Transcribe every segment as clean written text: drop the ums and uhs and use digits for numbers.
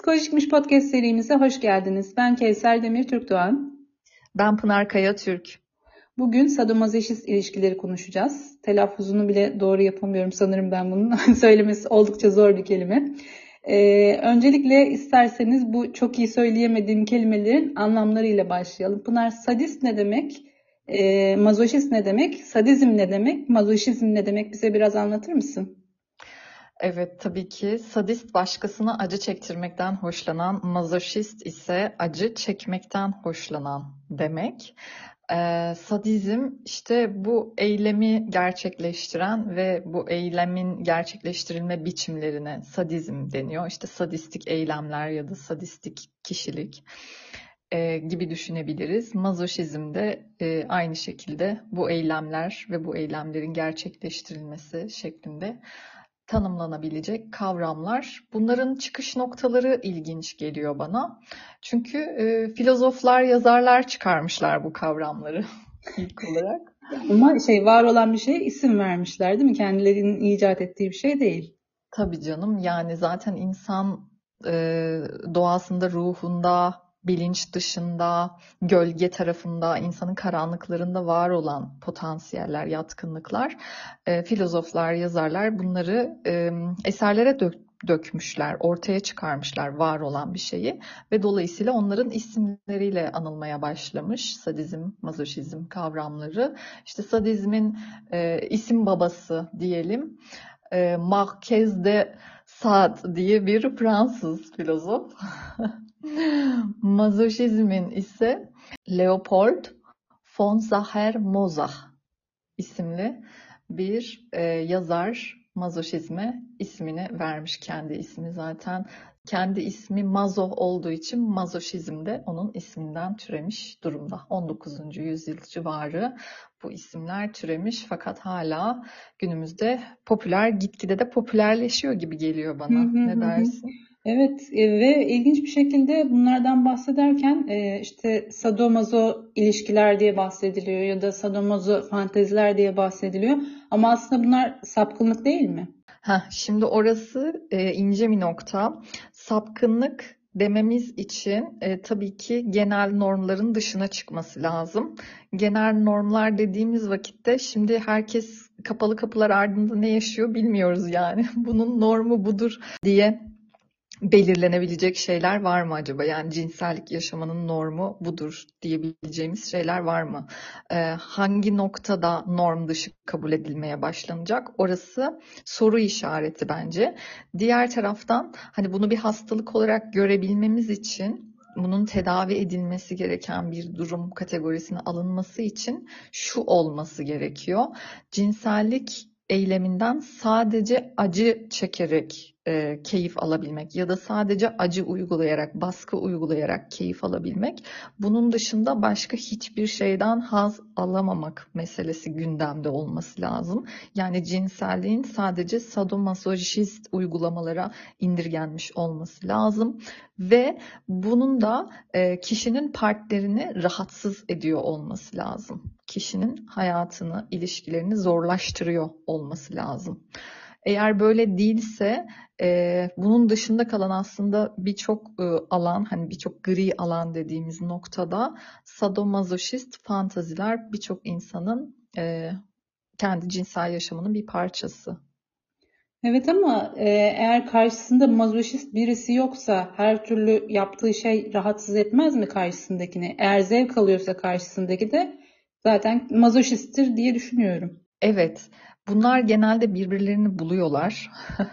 Psikolojikmiş podcast serimize hoş geldiniz. Ben Kevser Demir Türkdoğan. Ben Pınar Kaya Türk. Bugün sadomazoşist ilişkileri konuşacağız. Telaffuzunu bile doğru yapamıyorum sanırım ben bunun. Söylemesi oldukça zor bir kelime. Öncelikle isterseniz bu çok iyi söyleyemediğim kelimelerin anlamlarıyla başlayalım. Pınar, sadist ne demek? Mazoşist ne demek? Sadizm ne demek? Mazoşizm ne demek? Bize biraz anlatır mısın? Evet, tabii ki sadist başkasına acı çektirmekten hoşlanan, mazoşist ise acı çekmekten hoşlanan demek. Sadizm işte bu eylemi gerçekleştiren ve bu eylemin gerçekleştirilme biçimlerine sadizm deniyor. İşte sadistik eylemler ya da sadistik kişilik gibi düşünebiliriz. Mazoşizm de aynı şekilde bu eylemler ve bu eylemlerin gerçekleştirilmesi şeklinde tanımlanabilecek kavramlar. Bunların çıkış noktaları ilginç geliyor bana. Çünkü filozoflar, yazarlar çıkarmışlar bu kavramları ilk olarak. Ama var olan bir şeye isim vermişler, değil mi? Kendilerinin icat ettiği bir şey değil. Tabii canım, yani zaten insan doğasında, ruhunda, bilinç dışında, gölge tarafında, insanın karanlıklarında var olan potansiyeller, yatkınlıklar, filozoflar, yazarlar bunları eserlere dökmüşler, ortaya çıkarmışlar var olan bir şeyi ve dolayısıyla onların isimleriyle anılmaya başlamış sadizm, mazoşizm kavramları. İşte sadizmin isim babası diyelim. Marquez de Sade diye bir Fransız filozof. Mazoşizmin ise Leopold von Sacher-Masoch isimli bir yazar mazoşizme ismini vermiş. Kendi ismi zaten. Kendi ismi Mazo olduğu için mazoşizm de onun isminden türemiş durumda. 19. yüzyıl civarı bu isimler türemiş fakat hala günümüzde popüler, gitgide de popülerleşiyor gibi geliyor bana. Ne dersin? Evet, ve ilginç bir şekilde bunlardan bahsederken işte sadomazo ilişkiler diye bahsediliyor ya da sadomazo fanteziler diye bahsediliyor. Ama aslında bunlar sapkınlık değil mi? Şimdi orası ince bir nokta. Sapkınlık dememiz için tabii ki genel normların dışına çıkması lazım. Genel normlar dediğimiz vakitte şimdi herkes kapalı kapılar ardında ne yaşıyor bilmiyoruz yani. Bunun normu budur diye belirlenebilecek şeyler var mı acaba? Yani cinsellik yaşamanın normu budur diyebileceğimiz şeyler var mı? Hangi noktada norm dışı kabul edilmeye başlanacak? Orası soru işareti bence. Diğer taraftan hani bunu bir hastalık olarak görebilmemiz için bunun tedavi edilmesi gereken bir durum kategorisine alınması için şu olması gerekiyor. Cinsellik eyleminden sadece acı çekerek keyif alabilmek ya da sadece acı uygulayarak, baskı uygulayarak keyif alabilmek. Bunun dışında başka hiçbir şeyden haz alamamak meselesi gündemde olması lazım. Yani cinselliğin sadece sadomasochist uygulamalara indirgenmiş olması lazım ve bunun da kişinin partnerini rahatsız ediyor olması lazım. Kişinin hayatını, ilişkilerini zorlaştırıyor olması lazım. Eğer böyle değilse bunun dışında kalan aslında birçok alan, hani birçok gri alan dediğimiz noktada sadomazoşist fantaziler birçok insanın kendi cinsel yaşamının bir parçası. Evet ama eğer karşısında mazoşist birisi yoksa her türlü yaptığı şey rahatsız etmez mi karşısındakini? Eğer zevk alıyorsa karşısındaki de zaten mazoşisttir diye düşünüyorum. Evet, bunlar genelde birbirlerini buluyorlar.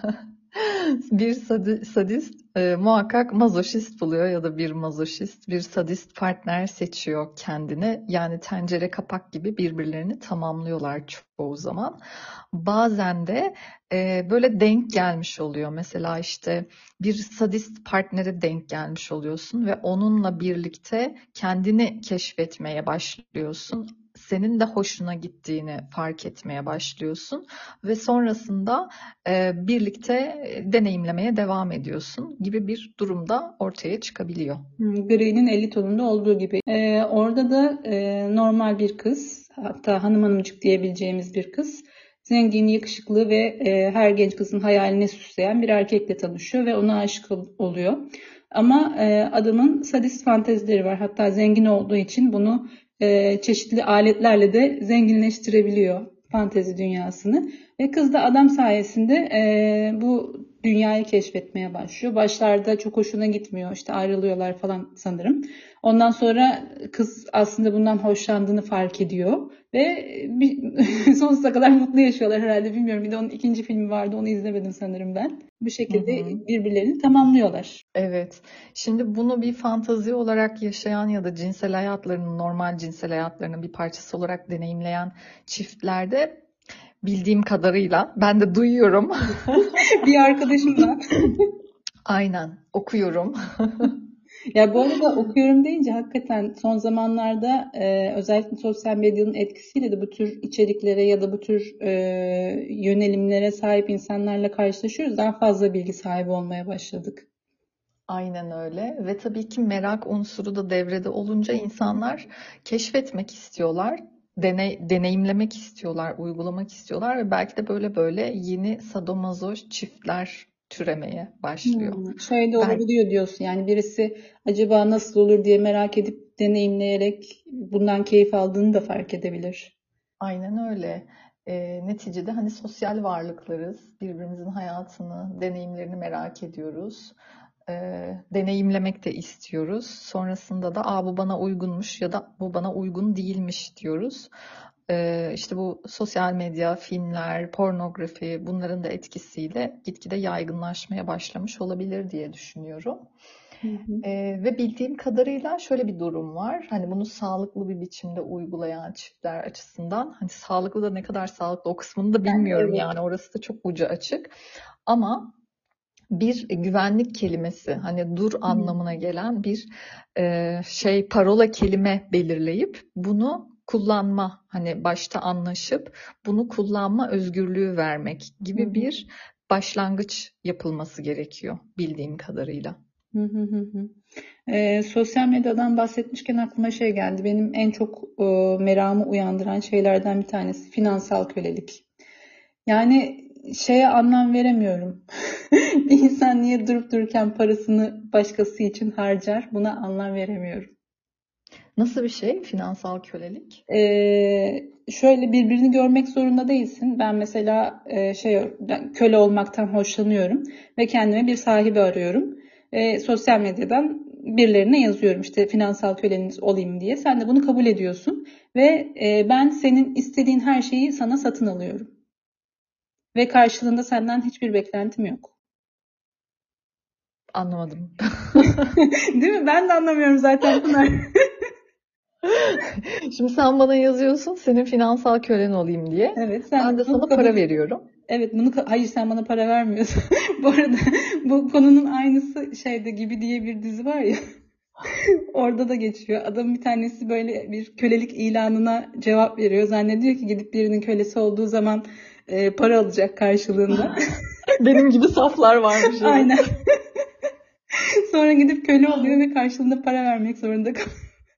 Bir sadist muhakkak mazoşist buluyor ya da bir mazoşist bir sadist partner seçiyor kendine. Yani tencere kapak gibi birbirlerini tamamlıyorlar çoğu zaman. Bazen de böyle denk gelmiş oluyor. Mesela işte bir sadist partnere denk gelmiş oluyorsun ve onunla birlikte kendini keşfetmeye başlıyorsun. Senin de hoşuna gittiğini fark etmeye başlıyorsun ve sonrasında birlikte deneyimlemeye devam ediyorsun gibi bir durumda ortaya çıkabiliyor. Grey'nin 50 tonunda olduğu gibi. Orada da normal bir kız, hatta hanım hanımcık diyebileceğimiz bir kız, zengin, yakışıklı ve her genç kızın hayalini süsleyen bir erkekle tanışıyor ve ona aşık oluyor. Ama adamın sadist fantezileri var. Hatta zengin olduğu için bunu çeşitli aletlerle de zenginleştirebiliyor fantezi dünyasını. Ve kız da adam sayesinde bu dünyayı keşfetmeye başlıyor. Başlarda çok hoşuna gitmiyor. İşte ayrılıyorlar falan sanırım. Ondan sonra kız aslında bundan hoşlandığını fark ediyor. Ve sonsuza kadar mutlu yaşıyorlar herhalde. Bilmiyorum. Bir de onun ikinci filmi vardı. Onu izlemedim sanırım ben. Bu şekilde birbirlerini tamamlıyorlar. Evet. Şimdi bunu bir fantazi olarak yaşayan ya da cinsel hayatlarının, normal cinsel hayatlarının bir parçası olarak deneyimleyen çiftlerde bildiğim kadarıyla ben de duyuyorum. Bir arkadaşım var. Aynen okuyorum. Ya bu arada okuyorum deyince hakikaten son zamanlarda özellikle sosyal medyanın etkisiyle de bu tür içeriklere ya da bu tür yönelimlere sahip insanlarla karşılaşıyoruz. Daha fazla bilgi sahibi olmaya başladık. Aynen öyle ve tabii ki merak unsuru da devrede olunca insanlar keşfetmek istiyorlar, deneyimlemek istiyorlar, uygulamak istiyorlar ve belki de böyle böyle yeni sadomaso çiftler türemeye başlıyor. Şöyle Ben olabiliyor diyorsun. Yani birisi acaba nasıl olur diye merak edip deneyimleyerek bundan keyif aldığını da fark edebilir. aynen öyle. Neticede hani sosyal varlıklarız, birbirimizin hayatını, deneyimlerini merak ediyoruz. Deneyimlemek de istiyoruz. Sonrasında da bu bana uygunmuş ya da bu bana uygun değilmiş diyoruz. İşte bu sosyal medya, filmler, pornografi bunların da etkisiyle gitgide yaygınlaşmaya başlamış olabilir diye düşünüyorum. Hı hı. Ve bildiğim kadarıyla şöyle bir durum var. Hani bunu sağlıklı bir biçimde uygulayan çiftler açısından, hani sağlıklı da ne kadar sağlıklı o kısmını da bilmiyorum Evet. yani orası da çok ucu açık. Ama bir güvenlik kelimesi, hani dur anlamına gelen bir parola kelime belirleyip bunu kullanma, hani başta anlaşıp bunu kullanma özgürlüğü vermek Hı gibi hı. bir başlangıç yapılması gerekiyor bildiğim kadarıyla. Hı hı hı hı. Sosyal medyadan bahsetmişken aklıma şey geldi. Benim en çok meramı uyandıran şeylerden bir tanesi finansal kölelik. Yani şeye anlam veremiyorum. Bir insan niye durup dururken parasını başkası için harcar? Buna anlam veremiyorum. Nasıl bir şey finansal kölelik? Şöyle birbirini görmek zorunda değilsin. Ben mesela ben köle olmaktan hoşlanıyorum ve kendime bir sahibi arıyorum. Sosyal medyadan birilerine yazıyorum işte finansal köleniz olayım diye. Sen de bunu kabul ediyorsun ve ben senin istediğin her şeyi sana satın alıyorum ve karşılığında senden hiçbir beklentim yok. Anlamadım. Değil mi? Ben de anlamıyorum zaten Pınar. Şimdi sen bana yazıyorsun, senin finansal kölen olayım diye. Evet, Ben sen de bunu sana kabul para et. veriyorum. Evet, hayır sen bana para vermiyorsun. Bu arada bu konunun aynısı şeyde Gibi diye bir dizi var ya. Orada da geçiyor. Adamın bir tanesi böyle bir kölelik ilanına cevap veriyor. Zannediyor ki gidip birinin kölesi olduğu zaman para alacak karşılığında. Benim gibi saflar varmış, evet. Aynen. Sonra gidip köle oluyor ve karşılığında para vermek zorunda kalıyor.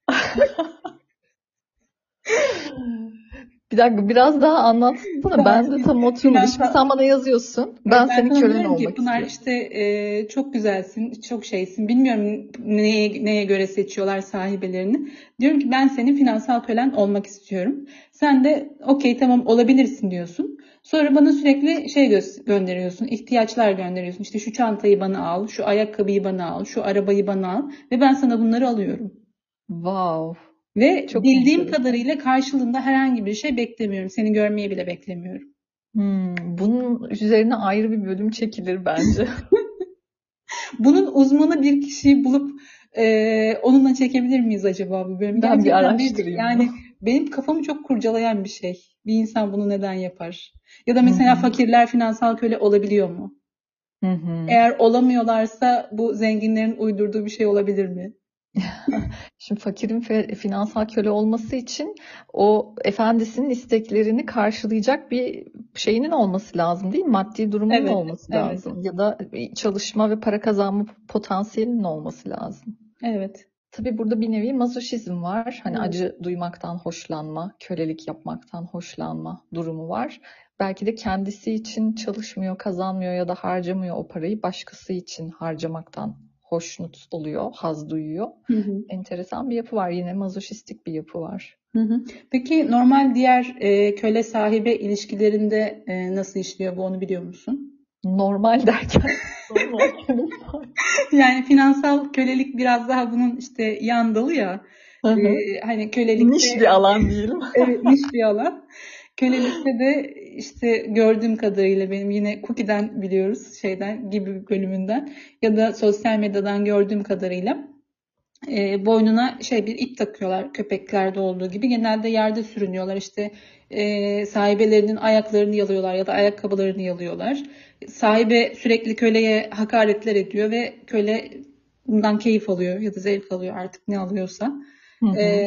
Bir dakika biraz daha anlatsana. Tamam. Ben de tam oturmadı. Şimdi Finansal sen bana yazıyorsun. Ben Ben senin sana kölen diyorum ki olmak Pınar istiyorum. işte çok güzelsin, çok şeysin. Bilmiyorum neye göre seçiyorlar sahibelerini. Diyorum ki ben senin finansal kölen olmak istiyorum. Sen de okey tamam olabilirsin diyorsun. Sonra bana sürekli şey gönderiyorsun, ihtiyaçlar gönderiyorsun. İşte şu çantayı bana al, şu ayakkabıyı bana al, şu arabayı bana al ve ben sana bunları alıyorum. Wow. Ve Çok bildiğim enteresan. kadarıyla karşılığında herhangi bir şey beklemiyorum. Seni görmeyi bile beklemiyorum. Bunun üzerine ayrı bir bölüm çekilir bence. Bunun uzmanı bir kişiyi bulup onunla çekebilir miyiz acaba bu bölümü? Ben bir Gerçekten nedir? araştırayım bunu. Yani benim kafamı çok kurcalayan bir şey. Bir insan bunu neden yapar? Ya da Hı mesela hı. fakirler finansal köle olabiliyor mu? Hı hı. Eğer olamıyorlarsa bu zenginlerin uydurduğu bir şey olabilir mi? Şimdi fakirin finansal köle olması için o efendisinin isteklerini karşılayacak bir şeyinin olması lazım değil mi? Maddi durumunun Evet, olması evet, lazım. Ya da çalışma ve para kazanma potansiyelinin olması lazım. evet. Tabii burada bir nevi mazoşizm var. Hani Evet. acı duymaktan hoşlanma, kölelik yapmaktan hoşlanma durumu var. Belki de kendisi için çalışmıyor, kazanmıyor ya da harcamıyor o parayı başkası için harcamaktan hoşnut oluyor, haz duyuyor. Hı hı. Enteresan bir yapı var. Yine mazoşistik bir yapı var. Hı hı. Peki normal diğer köle sahibe ilişkilerinde nasıl işliyor bu, onu biliyor musun? Normal derken normal köle sahibi. Yani finansal kölelik biraz daha bunun işte yan dalı ya. Hı hı. Hani kölelikte Niş bir alan diyelim. evet, niş bir alan. Kölelikte de işte gördüğüm kadarıyla, benim yine Cookie'den biliyoruz, şeyden gibi bölümünden ya da sosyal medyadan gördüğüm kadarıyla boynuna bir ip takıyorlar, köpeklerde olduğu gibi. Genelde yerde sürünüyorlar. İşte sahibelerinin ayaklarını yalıyorlar ya da ayakkabılarını yalıyorlar. Sahibe sürekli köleye hakaretler ediyor ve köle bundan keyif alıyor ya da zevk alıyor, artık ne alıyorsa. Hı hı.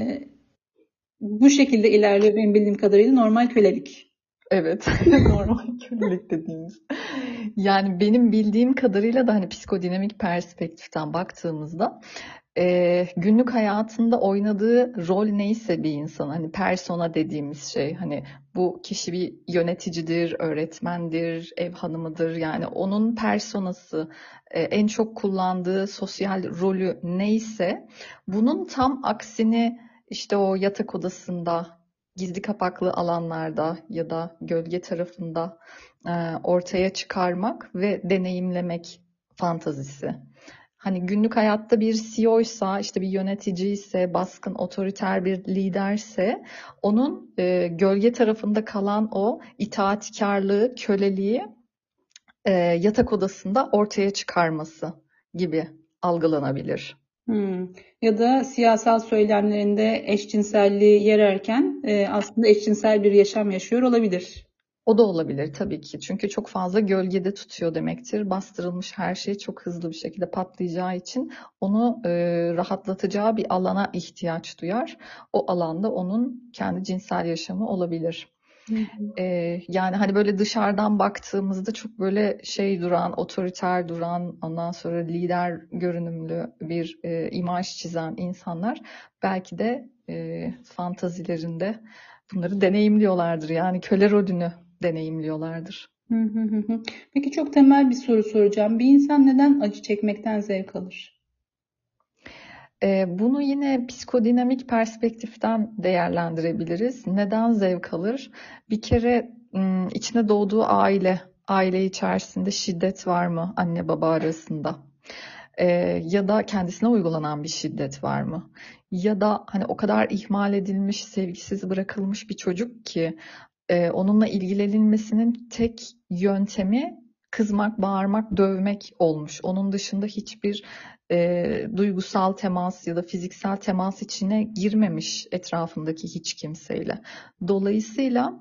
Bu şekilde ilerliyor benim bildiğim kadarıyla normal kölelik. Evet, normal kölelik dediğimiz. Yani benim bildiğim kadarıyla da hani psikodinamik perspektiften baktığımızda günlük hayatında oynadığı rol neyse bir insan, hani persona dediğimiz şey, hani bu kişi bir yöneticidir, öğretmendir, ev hanımıdır, yani onun personası, en çok kullandığı sosyal rolü neyse bunun tam aksini işte o yatak odasında, gizli kapaklı alanlarda ya da gölge tarafında ortaya çıkarmak ve deneyimlemek fantazisi. Hani günlük hayatta bir CEO'ysa, işte bir yönetici ise, baskın, otoriter bir liderse, onun gölge tarafında kalan o itaatkarlığı, köleliği yatak odasında ortaya çıkarması gibi algılanabilir. Hmm. Ya da siyasal söylemlerinde eşcinselliği yererken aslında eşcinsel bir yaşam yaşıyor olabilir. O da olabilir tabii ki. Çünkü çok fazla gölgede tutuyor demektir. Bastırılmış her şey çok hızlı bir şekilde patlayacağı için onu rahatlatacağı bir alana ihtiyaç duyar. O alanda onun kendi cinsel yaşamı olabilir. Hı hı. Yani hani böyle dışarıdan baktığımızda çok böyle şey duran, otoriter duran, ondan sonra lider görünümlü bir imaj çizen insanlar belki de fantazilerinde bunları deneyimliyorlardır. Yani köle rolünü deneyimliyorlardır. Hı hı hı hı. Peki çok temel bir soru soracağım. Bir insan neden acı çekmekten zevk alır? Bunu yine psikodinamik perspektiften değerlendirebiliriz. Neden zevk alır? Bir kere içine doğduğu aile içerisinde şiddet var mı anne baba arasında? Ya da kendisine uygulanan bir şiddet var mı? Ya da hani o kadar ihmal edilmiş, sevgisiz bırakılmış bir çocuk ki onunla ilgilenilmesinin tek yöntemi kızmak, bağırmak, dövmek olmuş. Onun dışında hiçbir duygusal temas ya da fiziksel temas içine girmemiş etrafındaki hiç kimseyle. Dolayısıyla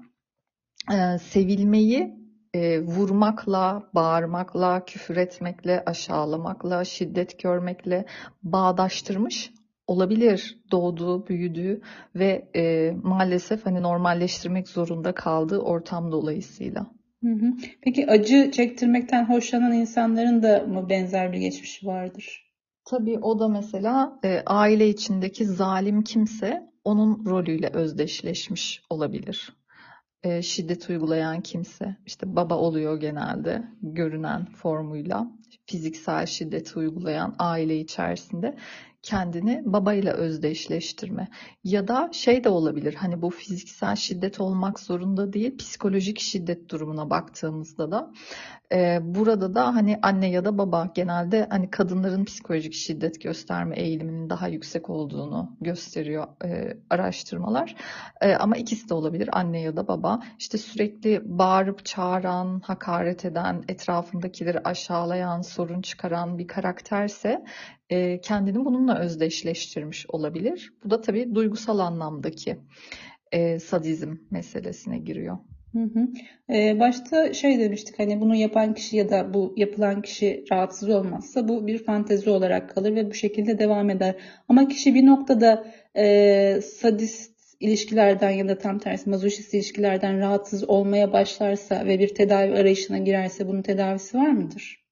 sevilmeyi vurmakla, bağırmakla, küfür etmekle, aşağılamakla, şiddet görmekle bağdaştırmış olabilir doğduğu, büyüdüğü ve maalesef hani normalleştirmek zorunda kaldığı ortam dolayısıyla. Hı hı. Peki acı çektirmekten hoşlanan insanların da mı benzer bir geçmişi vardır? Tabii o da mesela aile içindeki zalim kimse onun rolüyle özdeşleşmiş olabilir. Şiddet uygulayan kimse, işte baba oluyor genelde görünen formuyla, fiziksel şiddeti uygulayan aile içerisinde kendini babayla özdeşleştirme. Ya da şey de olabilir, hani bu fiziksel şiddet olmak zorunda değil, psikolojik şiddet durumuna baktığımızda da burada da hani anne ya da baba, genelde hani kadınların psikolojik şiddet gösterme eğiliminin daha yüksek olduğunu gösteriyor araştırmalar. Ama ikisi de olabilir, anne ya da baba. İşte sürekli bağırıp çağıran, hakaret eden, etrafındakileri aşağılayan, sorun çıkaran bir karakterse kendini bununla özdeşleştirmiş olabilir. Bu da tabii duygusal anlamdaki sadizm meselesine giriyor. Hı hı. Başta demiştik, hani bunu yapan kişi ya da bu yapılan kişi rahatsız olmazsa bu bir fantezi olarak kalır ve bu şekilde devam eder. Ama kişi bir noktada sadist ilişkilerden ya da tam tersi mazoşist ilişkilerden rahatsız olmaya başlarsa ve bir tedavi arayışına girerse, bunun tedavisi var mıdır?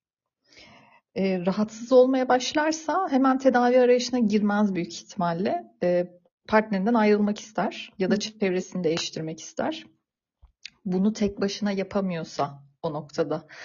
Rahatsız olmaya başlarsa hemen tedavi arayışına girmez büyük ihtimalle. Partnerinden ayrılmak ister ya da çevresini değiştirmek ister. Bunu tek başına yapamıyorsa o noktada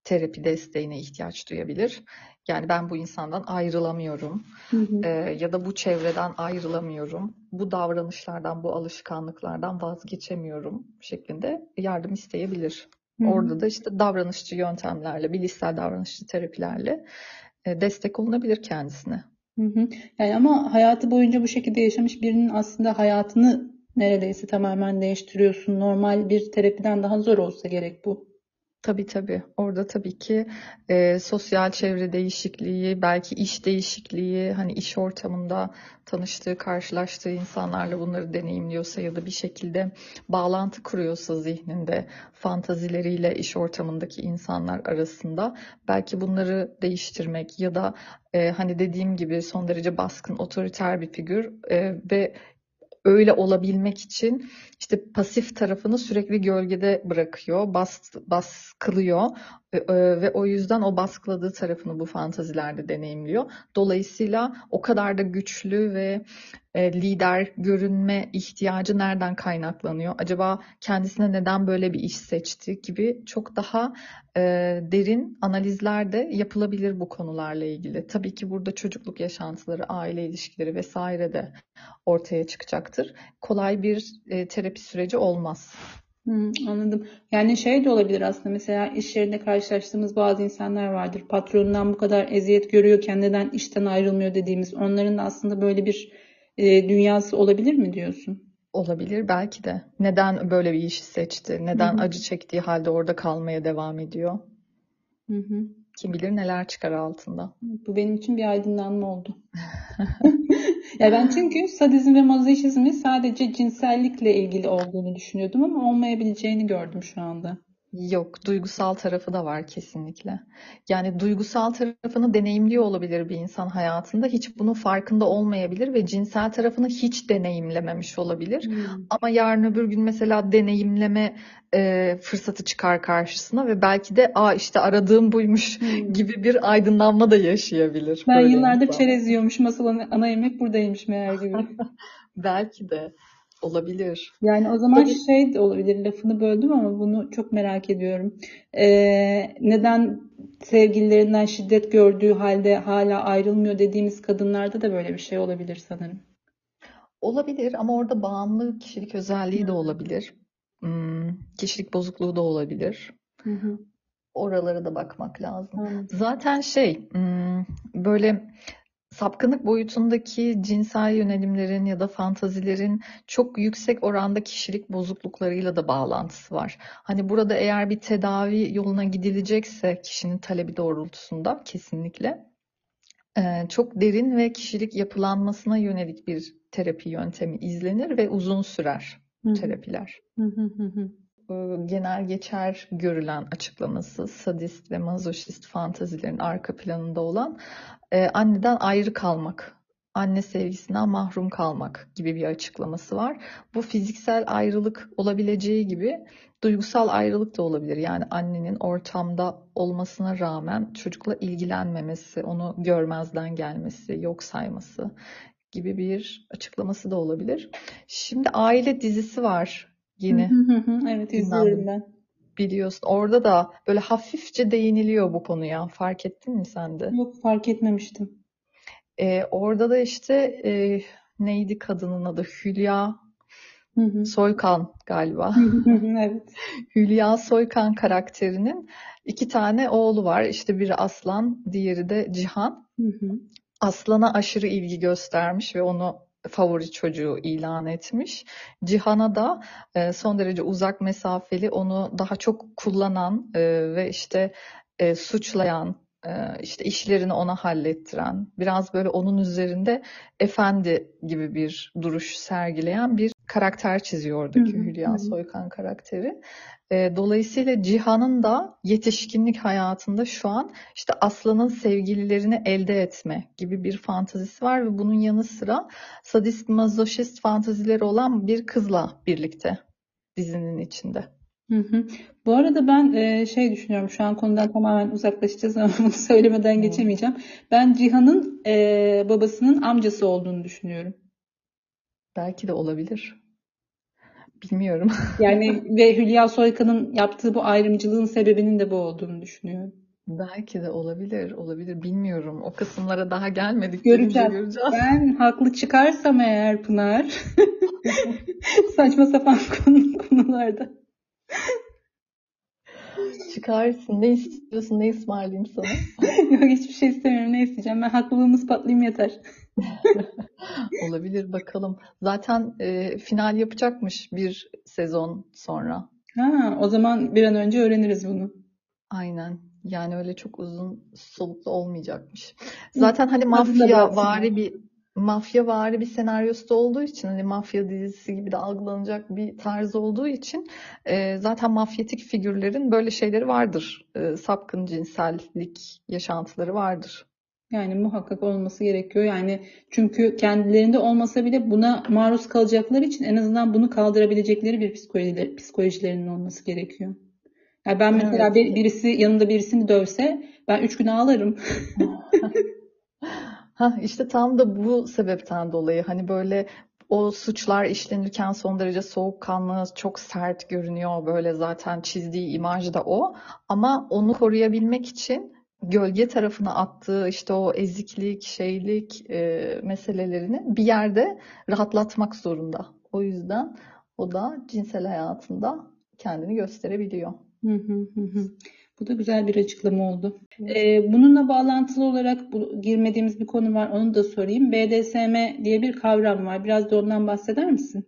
terapi desteğine ihtiyaç duyabilir. Yani ben bu insandan ayrılamıyorum Hı hı. ya da bu çevreden ayrılamıyorum, bu davranışlardan, bu alışkanlıklardan vazgeçemiyorum şeklinde yardım isteyebilir. Hı hı. Orada da işte davranışçı yöntemlerle, bilişsel davranışçı terapilerle destek olunabilir kendisine. Hı hı. Yani ama hayatı boyunca bu şekilde yaşamış birinin aslında hayatını neredeyse tamamen değiştiriyorsun. Normal bir terapiden daha zor olsa gerek bu. Tabii tabii. Orada tabii ki sosyal çevre değişikliği, belki iş değişikliği, hani iş ortamında tanıştığı, karşılaştığı insanlarla bunları deneyimliyorsa ya da bir şekilde bağlantı kuruyorsa zihninde fantazileriyle iş ortamındaki insanlar arasında belki bunları değiştirmek ya da hani dediğim gibi son derece baskın, otoriter bir figür ve öyle olabilmek için işte pasif tarafını sürekli gölgede bırakıyor, baskılıyor ve o yüzden o baskıladığı tarafını bu fantazilerde deneyimliyor. Dolayısıyla o kadar da güçlü ve lider görünme ihtiyacı nereden kaynaklanıyor? Acaba kendisine neden böyle bir iş seçti gibi çok daha derin analizler de yapılabilir bu konularla ilgili. Tabii ki burada çocukluk yaşantıları, aile ilişkileri vesaire de ortaya çıkacaktır. Kolay bir terapi süreci olmaz. Anladım. Yani şey de olabilir aslında, mesela iş yerinde karşılaştığımız bazı insanlar vardır. Patronundan bu kadar eziyet görüyorken neden işten ayrılmıyor dediğimiz, onların da aslında böyle bir dünyası olabilir mi diyorsun? Olabilir belki de. Neden böyle bir işi seçti? Hı Neden hı. acı çektiği halde orada kalmaya devam ediyor? Hı hı. Kim bilir neler çıkar altında. Bu benim için bir aydınlanma oldu. Ya ben çünkü sadizm ve mazoşizmi sadece cinsellikle ilgili olduğunu düşünüyordum ama olmayabileceğini gördüm şu anda. Yok, duygusal tarafı da var kesinlikle. Yani duygusal tarafını deneyimliyor olabilir bir insan hayatında, hiç bunun farkında olmayabilir ve cinsel tarafını hiç deneyimlememiş olabilir. Hmm. Ama yarın öbür gün mesela deneyimleme fırsatı çıkar karşısına ve belki de işte aradığım buymuş Hmm. gibi bir aydınlanma da yaşayabilir Ben böyle yıllardır insan. çerez yiyormuşum. Asıl ana yemek buradaymış meğer gibi. Belki de olabilir. Yani o zaman Tabii. şey de olabilir, lafını böldüm ama bunu çok merak ediyorum. Neden sevgililerinden şiddet gördüğü halde hala ayrılmıyor dediğimiz kadınlarda da böyle bir şey olabilir sanırım. Olabilir ama orada bağımlı kişilik özelliği de olabilir. Kişilik bozukluğu da olabilir. Hı hı. Oralara da bakmak lazım. Anladım. Zaten böyle sapkınlık boyutundaki cinsel yönelimlerin ya da fantazilerin çok yüksek oranda kişilik bozukluklarıyla da bağlantısı var. Hani burada eğer bir tedavi yoluna gidilecekse kişinin talebi doğrultusunda kesinlikle çok derin ve kişilik yapılanmasına yönelik bir terapi yöntemi izlenir ve uzun sürer Hı bu hı. terapiler. Hı hı hı hı. Genel geçer görülen açıklaması sadist ve mazoşist fantazilerin arka planında olan anneden ayrı kalmak, anne sevgisinden mahrum kalmak gibi bir açıklaması var. Bu fiziksel ayrılık olabileceği gibi duygusal ayrılık da olabilir. Yani annenin ortamda olmasına rağmen çocukla ilgilenmemesi, onu görmezden gelmesi, yok sayması gibi bir açıklaması da olabilir. Şimdi Aile dizisi var Hı yeni. hı hı hı. Evet, Bilmem izliyorum ben. biliyorsun. Orada da böyle hafifçe değiniliyor bu konuya. Fark ettin mi sen de? Yok, fark etmemiştim. Orada da işte neydi kadının adı? Hülya Hı hı. Soykan galiba. Hı hı hı hı. Evet. Hülya Soykan karakterinin iki tane oğlu var. İşte biri Aslan, diğeri de Cihan. Hı hı. Aslan'a aşırı ilgi göstermiş ve onu favori çocuğu ilan etmiş. Cihan'a da son derece uzak mesafeli, onu daha çok kullanan ve işte suçlayan, işte işlerini ona hallettiren, biraz böyle onun üzerinde efendi gibi bir duruş sergileyen bir karakter çiziyor Hı oradaki hı hı Hülya hı. Soykan karakteri. Dolayısıyla Cihan'ın da yetişkinlik hayatında şu an işte Aslan'ın sevgililerini elde etme gibi bir fantazisi var ve bunun yanı sıra sadist mazoşist fantazileri olan bir kızla birlikte dizinin içinde. Hı hı. Bu arada ben şey düşünüyorum, şu an konudan tamamen uzaklaşacağız ama bunu söylemeden Hmm. geçemeyeceğim. Ben Cihan'ın babasının amcası olduğunu düşünüyorum. Belki de olabilir. Bilmiyorum. Yani ve Hülya Soykan'ın yaptığı bu ayrımcılığın sebebinin de bu olduğunu düşünüyorum. Belki de olabilir, olabilir. Bilmiyorum. O kısımlara daha gelmedik. Gelince Göreceğiz. göreceğiz. Ben haklı çıkarsam eğer Pınar, saçma sapan konularda. Çıkarsın. Ne istiyorsun? Ne ısmarlayayım sana? Yok, hiçbir şey istemiyorum. Ne isteyeceğim? Ben haklılığımı ispatlayayım yeter. Olabilir bakalım. Zaten final yapacakmış bir sezon sonra. Ha, o zaman bir an önce öğreniriz bunu. Aynen. Yani öyle çok uzun soluklu olmayacakmış. Zaten hani İnsanın tadını da bıraksınlar. mafyavari bir senaryosu da olduğu için hani mafya dizisi gibi de algılanacak bir tarz olduğu için zaten mafyatik figürlerin böyle şeyleri vardır. Sapkın cinsellik yaşantıları vardır. Yani muhakkak olması gerekiyor. Yani çünkü kendilerinde olmasa bile buna maruz kalacakları için en azından bunu kaldırabilecekleri bir psikolojilerinin olması gerekiyor. Yani ben mesela Evet. birisi yanında birisini dövse ben 3 gün ağlarım. Ha işte tam da bu sebepten dolayı hani böyle o suçlar işlenirken son derece soğukkanlı, çok sert görünüyor. Böyle zaten çizdiği imaj da o. Ama onu koruyabilmek için gölge tarafına attığı işte o eziklik, şeylik meselelerini bir yerde rahatlatmak zorunda. O yüzden o da cinsel hayatında kendini gösterebiliyor. Hı hı hı hı. Bu da güzel bir açıklama oldu. Bununla bağlantılı olarak girmediğimiz bir konu var. Onu da sorayım. BDSM diye bir kavram var. Biraz da ondan bahseder misin?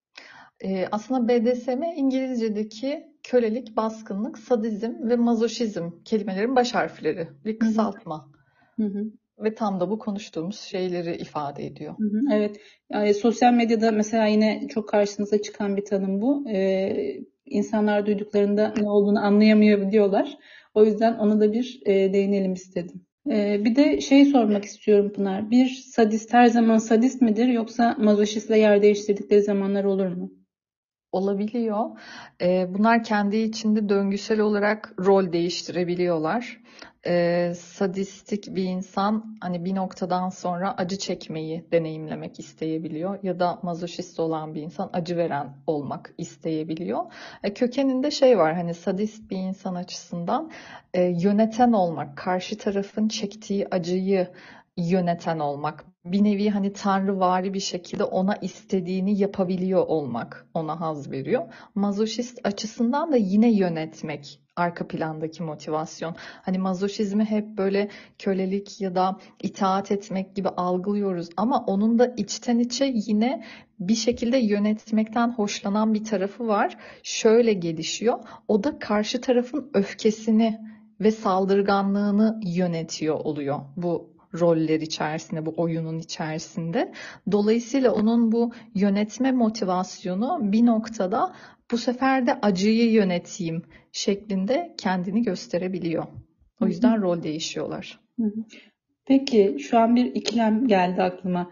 Aslında BDSM İngilizce'deki kölelik, baskınlık, sadizm ve mazoşizm kelimelerin baş harfleri. Bir Hı hı, kısaltma. hı hı. Ve tam da bu konuştuğumuz şeyleri ifade ediyor. Hı hı, evet. Yani sosyal medyada mesela yine çok karşınıza çıkan bir tanım bu. İnsanlar duyduklarında ne olduğunu anlayamıyor diyorlar. O yüzden ona da bir değinelim istedim. Bir de şey sormak istiyorum Pınar. Bir sadist her zaman sadist midir yoksa mazoşistle yer değiştirdikleri zamanlar olur mu? Olabiliyor. Bunlar kendi içinde döngüsel olarak rol değiştirebiliyorlar. Sadistik bir insan hani bir noktadan sonra acı çekmeyi deneyimlemek isteyebiliyor ya da mazoşist olan bir insan acı veren olmak isteyebiliyor. Kökeninde şey var hani sadist bir insan açısından yöneten olmak, karşı tarafın çektiği acıyı yöneten olmak. Bir nevi hani tanrıvari bir şekilde ona istediğini yapabiliyor olmak ona haz veriyor. Mazoşist açısından da yine yönetmek arka plandaki motivasyon. Hani mazoşizmi hep böyle kölelik ya da itaat etmek gibi algılıyoruz ama onun da içten içe yine bir şekilde yönetmekten hoşlanan bir tarafı var. Şöyle gelişiyor. O da karşı tarafın öfkesini ve saldırganlığını yönetiyor oluyor bu roller içerisinde, bu oyunun içerisinde. Dolayısıyla onun bu yönetme motivasyonu bir noktada bu sefer de acıyı yöneteyim şeklinde kendini gösterebiliyor. Hı O hı, yüzden rol değişiyorlar. hı hı. Peki şu an bir ikilem geldi aklıma.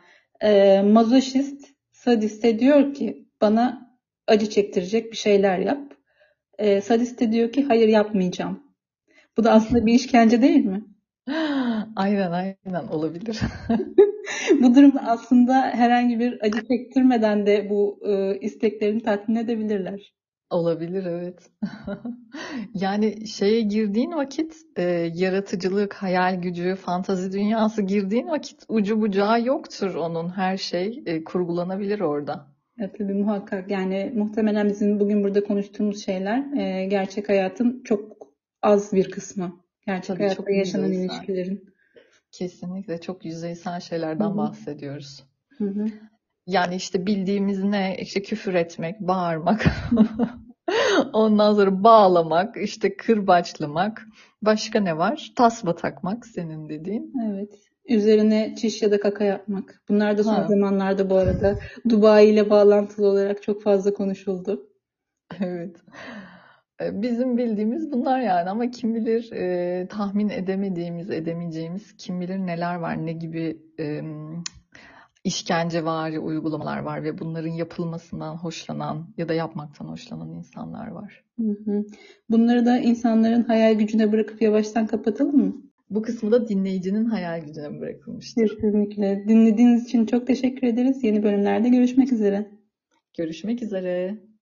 Mazoşist sadiste diyor ki bana acı çektirecek bir şeyler yap. Sadist de diyor ki hayır yapmayacağım. Bu da aslında bir işkence değil mi? Aynen aynen olabilir. Bu durumda aslında herhangi bir acı çektirmeden de bu isteklerini tatmin edebilirler. Olabilir evet. Yani şeye girdiğin vakit yaratıcılık, hayal gücü, fantazi dünyası girdiğin vakit ucu bucağı yoktur onun. Her şey kurgulanabilir orada. Ya tabii muhakkak yani muhtemelen bizim bugün burada konuştuğumuz şeyler gerçek hayatın çok az bir kısmı. Gerçek Tabii hayatta çok yaşanan yüzeysel. ilişkilerin. Kesinlikle çok yüzeysel Hı şeylerden hı, bahsediyoruz. hı hı. Yani işte bildiğimiz ne? İşte küfür etmek, bağırmak, ondan sonra bağlamak, işte kırbaçlamak. Başka ne var? Tasma takmak senin dediğin. Evet. Üzerine çiş ya da kaka yapmak. Bunlar da son Ha, zamanlarda bu arada Dubai ile bağlantılı olarak çok fazla konuşuldu. evet. Bizim bildiğimiz bunlar yani ama kim bilir tahmin edemediğimiz, edemeyeceğimiz kim bilir neler var, ne gibi işkencevari uygulamalar var ve bunların yapılmasından hoşlanan ya da yapmaktan hoşlanan insanlar var. Hı hı. Bunları da insanların hayal gücüne bırakıp yavaştan kapatalım mı? Bu kısmı da dinleyicinin hayal gücüne bırakılmıştır. Kesinlikle. Dinlediğiniz için çok teşekkür ederiz. Yeni bölümlerde görüşmek üzere. Görüşmek üzere.